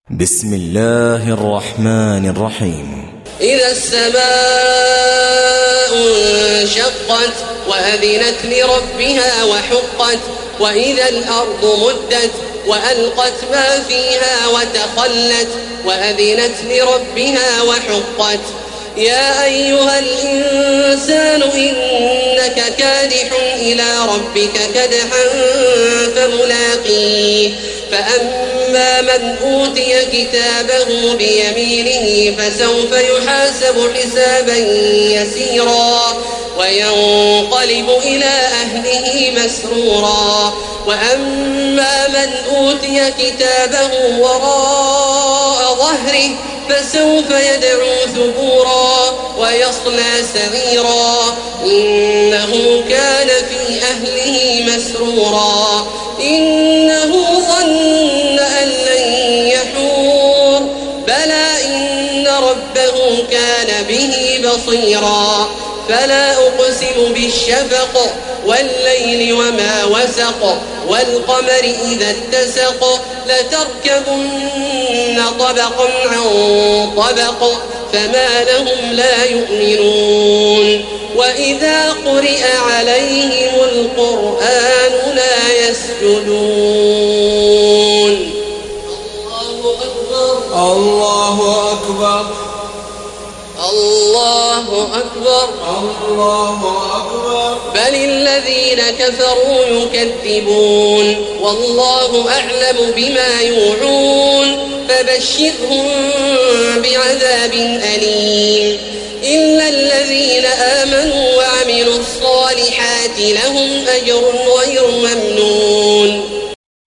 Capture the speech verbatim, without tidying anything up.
بسم الله الرحمن الرحيم. إذا السماء انشقت وأذنت لربها وحقت وإذا الأرض مدت وألقت ما فيها وتخلت وأذنت لربها وحقت. يا أيها الإنسان إنك كادح إلى ربك كدحا فملاقيه. فأما من أوتي كتابه بيمينه فسوف يحاسب حسابا يسيرا وينقلب إلى أهله مسرورا. وأما من أوتي كتابه وراء ظهره فسوف يدعو ثبورا ويصلى سعيرا إنه كان في أهله مسرورا. إنه ظن أن لن يحور بلى إن ربه كان به بصيرا. فلا أقسم بالشفق والليل وما وسق والقمر إذا اتسق لتركبن طبقا عن طبق فما لهم لا يؤمنون. وإذا قرئ عليهم القرآن لا يسجدون. الله أكبر الله أكبر الله أكبر الله أكبر. بل الذين كفروا يكذبون والله أعلم بما يوعون فبشرهم بعذاب أليم. إلا الذين آمنوا وعملوا الصالحات لهم أجر غير ممنون